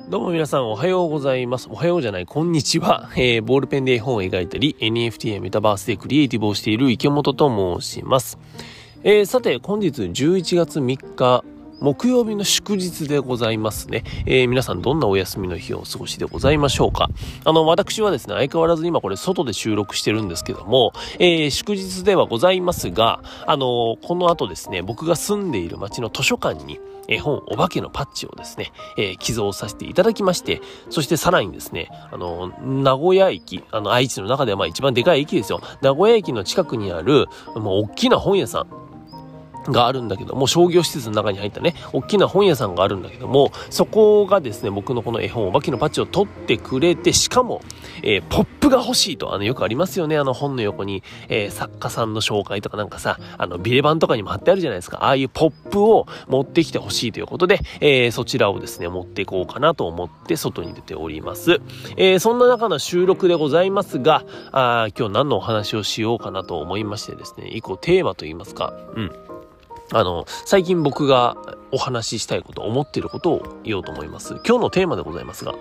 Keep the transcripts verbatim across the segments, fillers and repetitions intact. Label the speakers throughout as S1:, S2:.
S1: どうも皆さんおはようございます。おはようじゃない、こんにちは。えー、ボールペンで絵本を描いたり、エヌエフティー やメタバースでクリエイティブをしている池本と申します。えー、さて、本日じゅういちがつみっか、木曜日の祝日でございますね。えー、皆さんどんなお休みの日をお過ごしでございましょうか。あの、私はですね、相変わらず今これ外で収録してるんですけども、えー、祝日ではございますが、あのー、この後ですね、僕が住んでいる町の図書館に、絵本お化けのパッチをですね、えー、寄贈させていただきまして、そしてさらにですね、あの、名古屋駅、あの、愛知の中ではまあ一番でかい駅ですよ。名古屋駅の近くにある、もう大きな本屋さんがあるんだけども、商業施設の中に入ったね、大きな本屋さんがあるんだけども、そこがですね、僕のこの絵本お化けのパッチを取ってくれて、しかも、えー、ポップが欲しいと、あの、よくありますよね、あの本の横に、えー、作家さんの紹介とかなんかさ、あの、ビレバンとかにも貼ってあるじゃないですか。ああいうポップを持ってきて欲しいということで、えー、そちらをですね、持っていこうかなと思って外に出ております。えー、そんな中の収録でございますが、あ今日何のお話をしようかなと思いましてですね、一個テーマといいますか、うん。あの、最近僕がお話ししたいこと、思っていることを言おうと思います。今日のテーマでございますが、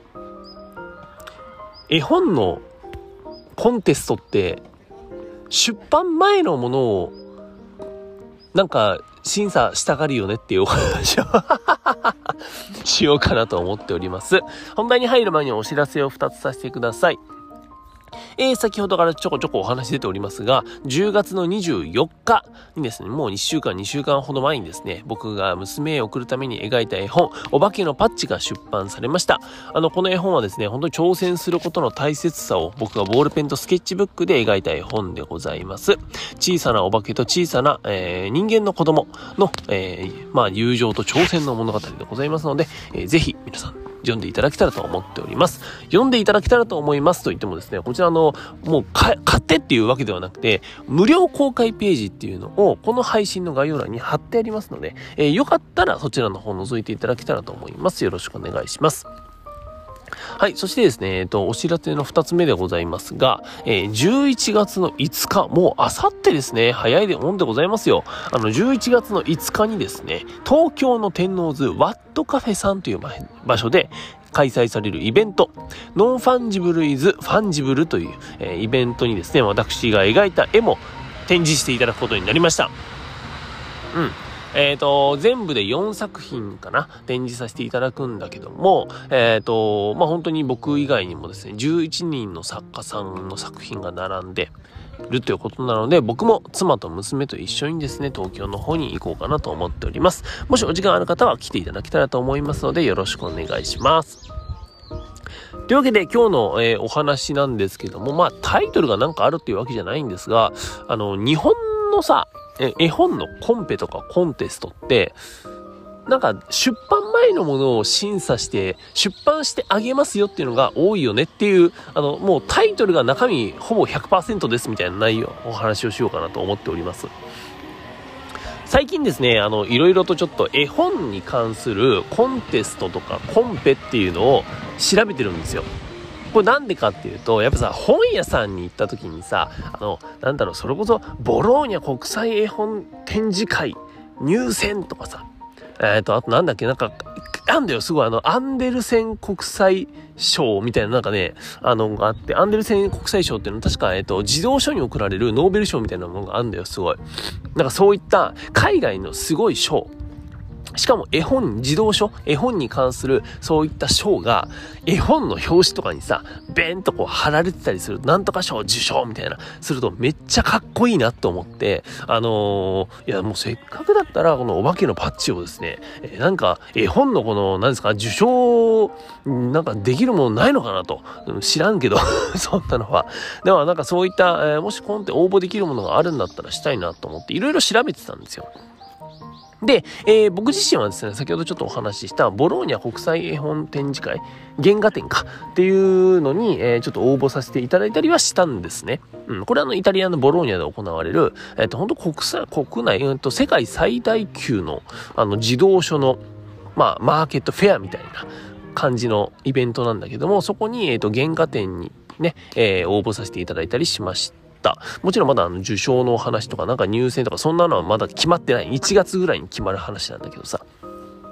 S1: 絵本のコンテストって出版前のものをなんか審査したがるよねっていうお話をしようかなと思っております。本題に入る前にお知らせをふたつさせてください。えー、先ほどからちょこちょこお話出ておりますが、じゅうがつのにじゅうよっかにですね、もういっしゅうかん、にしゅうかんほど前にですね、僕が娘へ送るために描いた絵本、お化けのパッチが出版されました。あの、この絵本はですね、本当に挑戦することの大切さを僕がボールペンとスケッチブックで描いた絵本でございます。小さなお化けと小さな、えー、人間の子供の、えー、まあ、友情と挑戦の物語でございますので、えー、ぜひ皆さん、読んでいただけたらと思っております。読んでいただけたらと思いますと言ってもですね、こちらのもう買ってっていうわけではなくて、無料公開ページっていうのをこの配信の概要欄に貼ってありますので、えー、よかったらそちらの方を覗いていただけたらと思います。よろしくお願いします。はい。そしてですね、えっと、お知らせの二つ目でございますが、えー、じゅういちがつのいつか、もうあさってですね、早いでもんでございますよ。あの、じゅういちがつのいつかにですね、東京の天王洲ワットカフェさんという場所で開催されるイベント、ノンファンジブルイズファンジブルという、えー、イベントにですね、私が描いた絵も展示していただくことになりました。うん。えっと、全部でよんさく品かな、展示させていただくんだけども、えっと、まあ、本当に僕以外にもですね、じゅういちにんの作家さんの作品が並んでるということなので、僕も妻と娘と一緒にですね、東京の方に行こうかなと思っております。もしお時間ある方は来ていただけたらと思いますので、よろしくお願いします。というわけで今日の、えー、お話なんですけども、まあタイトルがなんかあるっていうわけじゃないんですが、あの、日本のさ、絵本のコンペとかコンテストって、なんか出版前のものを審査して出版してあげますよっていうのが多いよねっていう、あの、もうタイトルが中身ほぼ ひゃくパーセント ですみたいな内容、お話をしようかなと思っております。最近ですね、あの、いろいろとちょっと絵本に関するコンテストとかコンペっていうのを調べてるんですよ。これなんでかっていうと、やっぱさ、本屋さんに行った時にさ、あの、なんだろう、それこそ、ボローニャ国際絵本展示会入選とかさ、えっと、あとなんだっけ、なんか、なんだよ、すごい、あの、アンデルセン国際賞みたいな、なんかね、あの、があって、アンデルセン国際賞っていうのは確か、えっと、児童書に贈られるノーベル賞みたいなものがあるんだよ、すごい。なんかそういった海外のすごい賞。しかも絵本、児童書、絵本に関するそういった賞が絵本の表紙とかにさ、ベンとこう貼られてたりする、なんとか賞受賞みたいな、するとめっちゃかっこいいなと思って、あのー、いやもうせっかくだったらこのお化けのパッチをですね、えー、なんか絵本のこの、何ですか、受賞、なんかできるものないのかなと、知らんけど、そんなのは。でもなんかそういった、えー、もしコンテ応募できるものがあるんだったらしたいなと思って、いろいろ調べてたんですよ。で、えー、僕自身はですね、先ほどちょっとお話ししたボローニャ国際絵本展示会、原画展かっていうのに、えー、ちょっと応募させていただいたりはしたんですね。うん、これはあのイタリアのボローニャで行われる、えっと、本当国際、国内、うんと、世界最大級の、あの、児童書の、まあ、マーケットフェアみたいな感じのイベントなんだけども、そこに、えっと、原画展にね、えー、応募させていただいたりしました。もちろんまだあの受賞の話とかなんか入選とかそんなのはまだ決まってない。いちがつぐらいに決まる話なんだけどさ。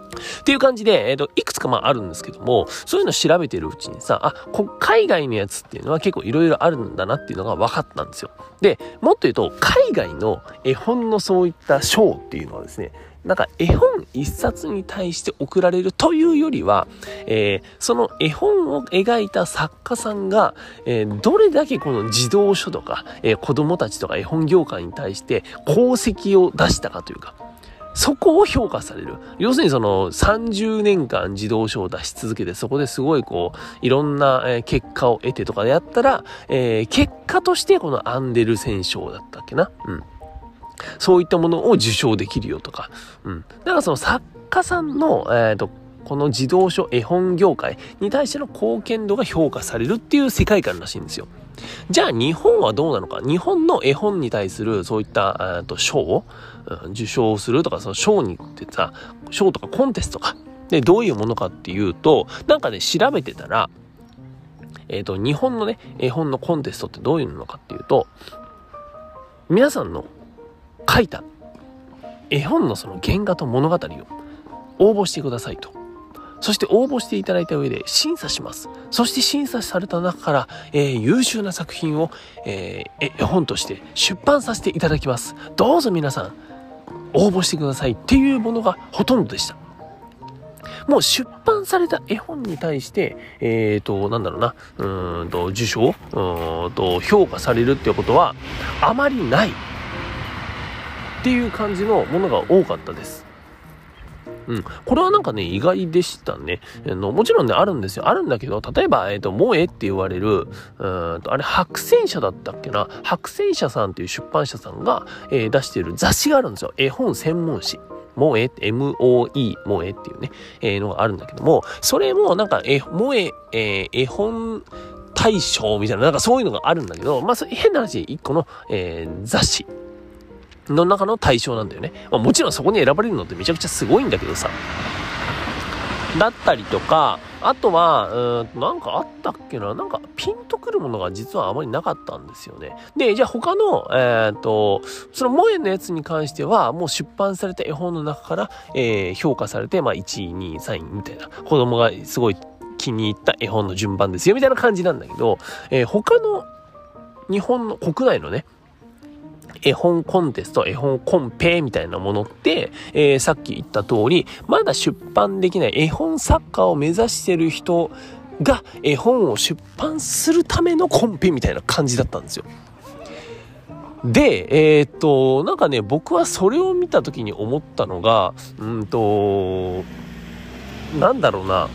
S1: っていう感じで、えっと、いくつかまああるんですけども、そういうの調べてるうちにさ、あ、こ海外のやつっていうのは結構いろいろあるんだなっていうのが分かったんですよ。で、もっと言うと、海外の絵本のそういった賞っていうのはですね、なんか絵本一冊に対して贈られるというよりは、えー、その絵本を描いた作家さんが、えー、どれだけこの児童書とか、えー、子供たちとか絵本業界に対して功績を出したかというか、そこを評価される。要するにそのさんじゅうねんかん児童書を出し続けて、そこですごいこう、いろんな、えー、結果を得てとかでやったら、えー、結果としてこのアンデルセン賞だったっけな。うん。そういったものを受賞できるよとか。うん。だからその作家さんの、えっと、この児童書絵本業界に対しての貢献度が評価されるっていう世界観らしいんですよ。じゃあ日本はどうなのか。日本の絵本に対するそういったえっと賞を、うん、受賞するとか、その賞にってさ、賞とかコンテストかでどういうものかっていうと、なんかね調べてたら、えっと日本のね絵本のコンテストってどういうのかっていうと、皆さんの書いた絵本のその原画と物語を応募してくださいと。そして応募していただいた上で審査します。そして審査された中から、えー、優秀な作品を、えー、絵本として出版させていただきます。どうぞ皆さん応募してくださいっていうものがほとんどでした。もう出版された絵本に対して、えーと、なんだろうな、うーんと、受賞、うーんと、評価されるっていうことはあまりないっていう感じのものが多かったです。うん。これはなんかね、意外でしたね。あの、もちろんね、あるんですよ。あるんだけど、例えば、えっと、萌えって言われる、うーんと、あれ、白泉社だったっけな。白泉社さんっていう出版社さんが、えー、出している雑誌があるんですよ。絵本専門誌。萌えって、エムオーイー、萌えっていうね、えー、のがあるんだけども、それもなんか、え、萌え、えー、絵本大賞みたいな、なんかそういうのがあるんだけど、まあ、そ変な話、一個の、えー、雑誌の中の対象なんだよね。まあ、もちろんそこに選ばれるのってめちゃくちゃすごいんだけどさ。だったりとか、あとは、うーん、なんかあったっけな、なんかピンとくるものが実はあまりなかったんですよね。で、じゃあ他の、えー、っと、その萌えのやつに関しては、もう出版された絵本の中から、えー、評価されて、まあいちい、にい、さんいみたいな、子供がすごい気に入った絵本の順番ですよ、みたいな感じなんだけど、えー、他の日本の国内のね、絵本コンテスト、絵本コンペみたいなものって、えー、さっき言った通り、まだ出版できない絵本作家を目指してる人が絵本を出版するためのコンペみたいな感じだったんですよ。で、えー、っと、なんかね、僕はそれを見た時に思ったのが、うんと、なんだろうな、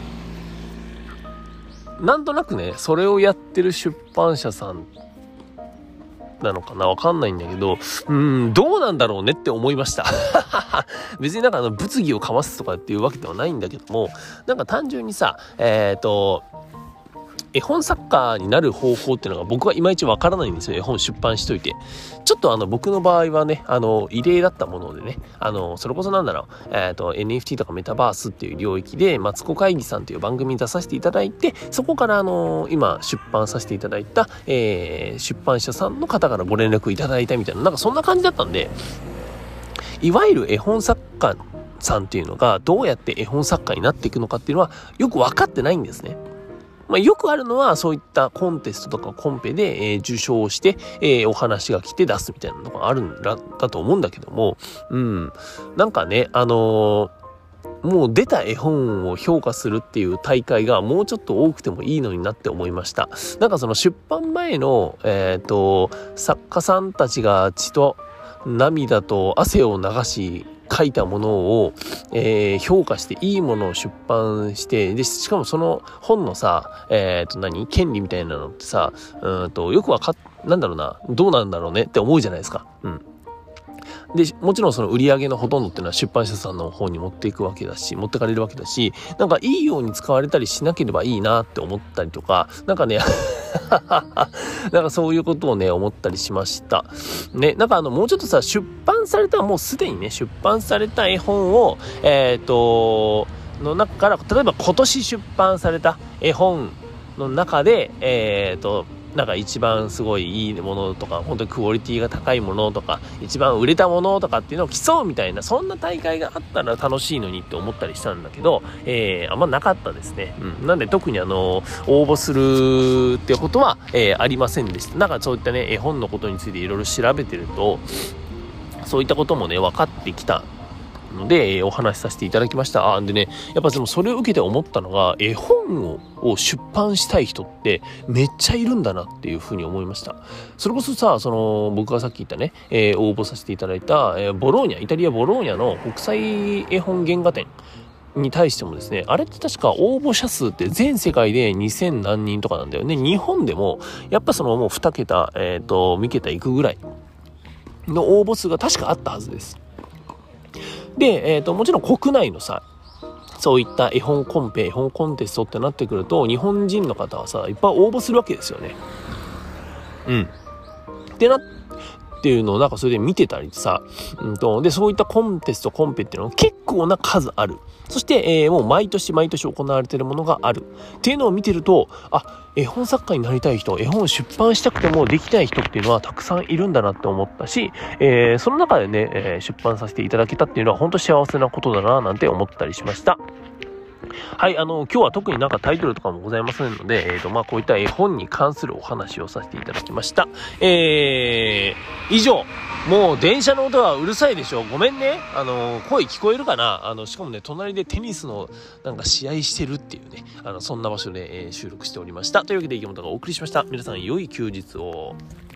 S1: なんとなくね、それをやってる出版社さんなのかな、わかんないんだけど、うーん、どうなんだろうねって思いました。別になんかあの物議をかますとかっていうわけではないんだけども、なんか単純にさ、えっと、絵本作家になる方法っていうのが僕はいまいちわからないんですよ。絵本出版しといて。ちょっとあの僕の場合はね、あの異例だったものでね、あのそれこそなんだろう、えっと エヌエフティー とかメタバースっていう領域でマツコ会議さんという番組に出させていただいて、そこからあの今出版させていただいた、えー、出版社さんの方からご連絡いただいたみたいな、なんかそんな感じだったんで、いわゆる絵本作家さんっていうのがどうやって絵本作家になっていくのかっていうのはよく分かってないんですね。まあ、よくあるのはそういったコンテストとかコンペで、えー、受賞して、えー、お話が来て出すみたいなのがあるんだだと思うんだけども、うん、なんかね、あのー、もう出た絵本を評価するっていう大会がもうちょっと多くてもいいのになって思いました。なんかその出版前の、えっと、作家さんたちが血と涙と汗を流し書いたものを、えー、評価していいものを出版して、で、しかもその本のさ、えっと何権利みたいなのってさ、うんと、よくわかっ、なんだろうな、どうなんだろうねって思うじゃないですか。うん。で、もちろんその売り上げのほとんどっていうのは出版社さんの方に持っていくわけだし、持ってかれるわけだし、なんかいいように使われたりしなければいいなって思ったりとか、なんかね、なんかそういうことをね、思ったりしました。ね、なんかあの、もうちょっとさ、出版された、もうすでにね、出版された絵本を、えっと、の中から、例えば今年出版された絵本の中で、えっと、 なんか一番すごいいいものとか、本当にクオリティが高いものとか、一番売れたものとかっていうのを競うみたいな、そんな大会があったら楽しいのにって思ったりしたんだけど、えー、あんまなかったですね。うん。なんで特にあの、応募するってことは、えー、ありませんでした。なんかそういったね、絵本のことについていろいろ調べてると、そういったこともね、分かってきたので、えー、お話しさせていただきました。あ、でね、やっぱでもそれを受けて思ったのが、絵本をを出版したい人ってめっちゃいるんだなっていうふうに思いました。それこそさ、その僕がさっき言ったね、えー、応募させていただいた、えー、ボローニャ、イタリアボローニャの国際絵本原画展に対してもですね、あれって確か応募者数って全世界でにせん何人とかなんだよね。日本でもやっぱそのもうに桁、えっと、み桁いくぐらいの応募数が確かあったはずです。で、えっと、もちろん国内のさ、そういった絵本コンペ、絵本コンテストってなってくると、日本人の方はさ、いっぱい応募するわけですよね。うん。ってなっていうのをなんかそれで見てたりさ、うんと、で、そういったコンテスト、コンペっていうのが結構な数ある。そして、えー、もう毎年毎年行われているものがある。っていうのを見てると、あ、絵本作家になりたい人、絵本を出版したくてもできない人っていうのはたくさんいるんだなって思ったし、えー、その中でね、えー、出版させていただけたっていうのは本当幸せなことだななんて思ったりしました。はい、あの、今日は特になんかタイトルとかもございませんので、えーと、まあ、こういった絵本に関するお話をさせていただきました。えー、以上。もう電車の音はうるさいでしょ。ごめんね。あの、声聞こえるかな。あの、しかもね、隣でテニスのなんか試合してるっていうね、あの、そんな場所で、えー、収録しておりました。というわけで、池本がお送りしました。皆さん、良い休日を。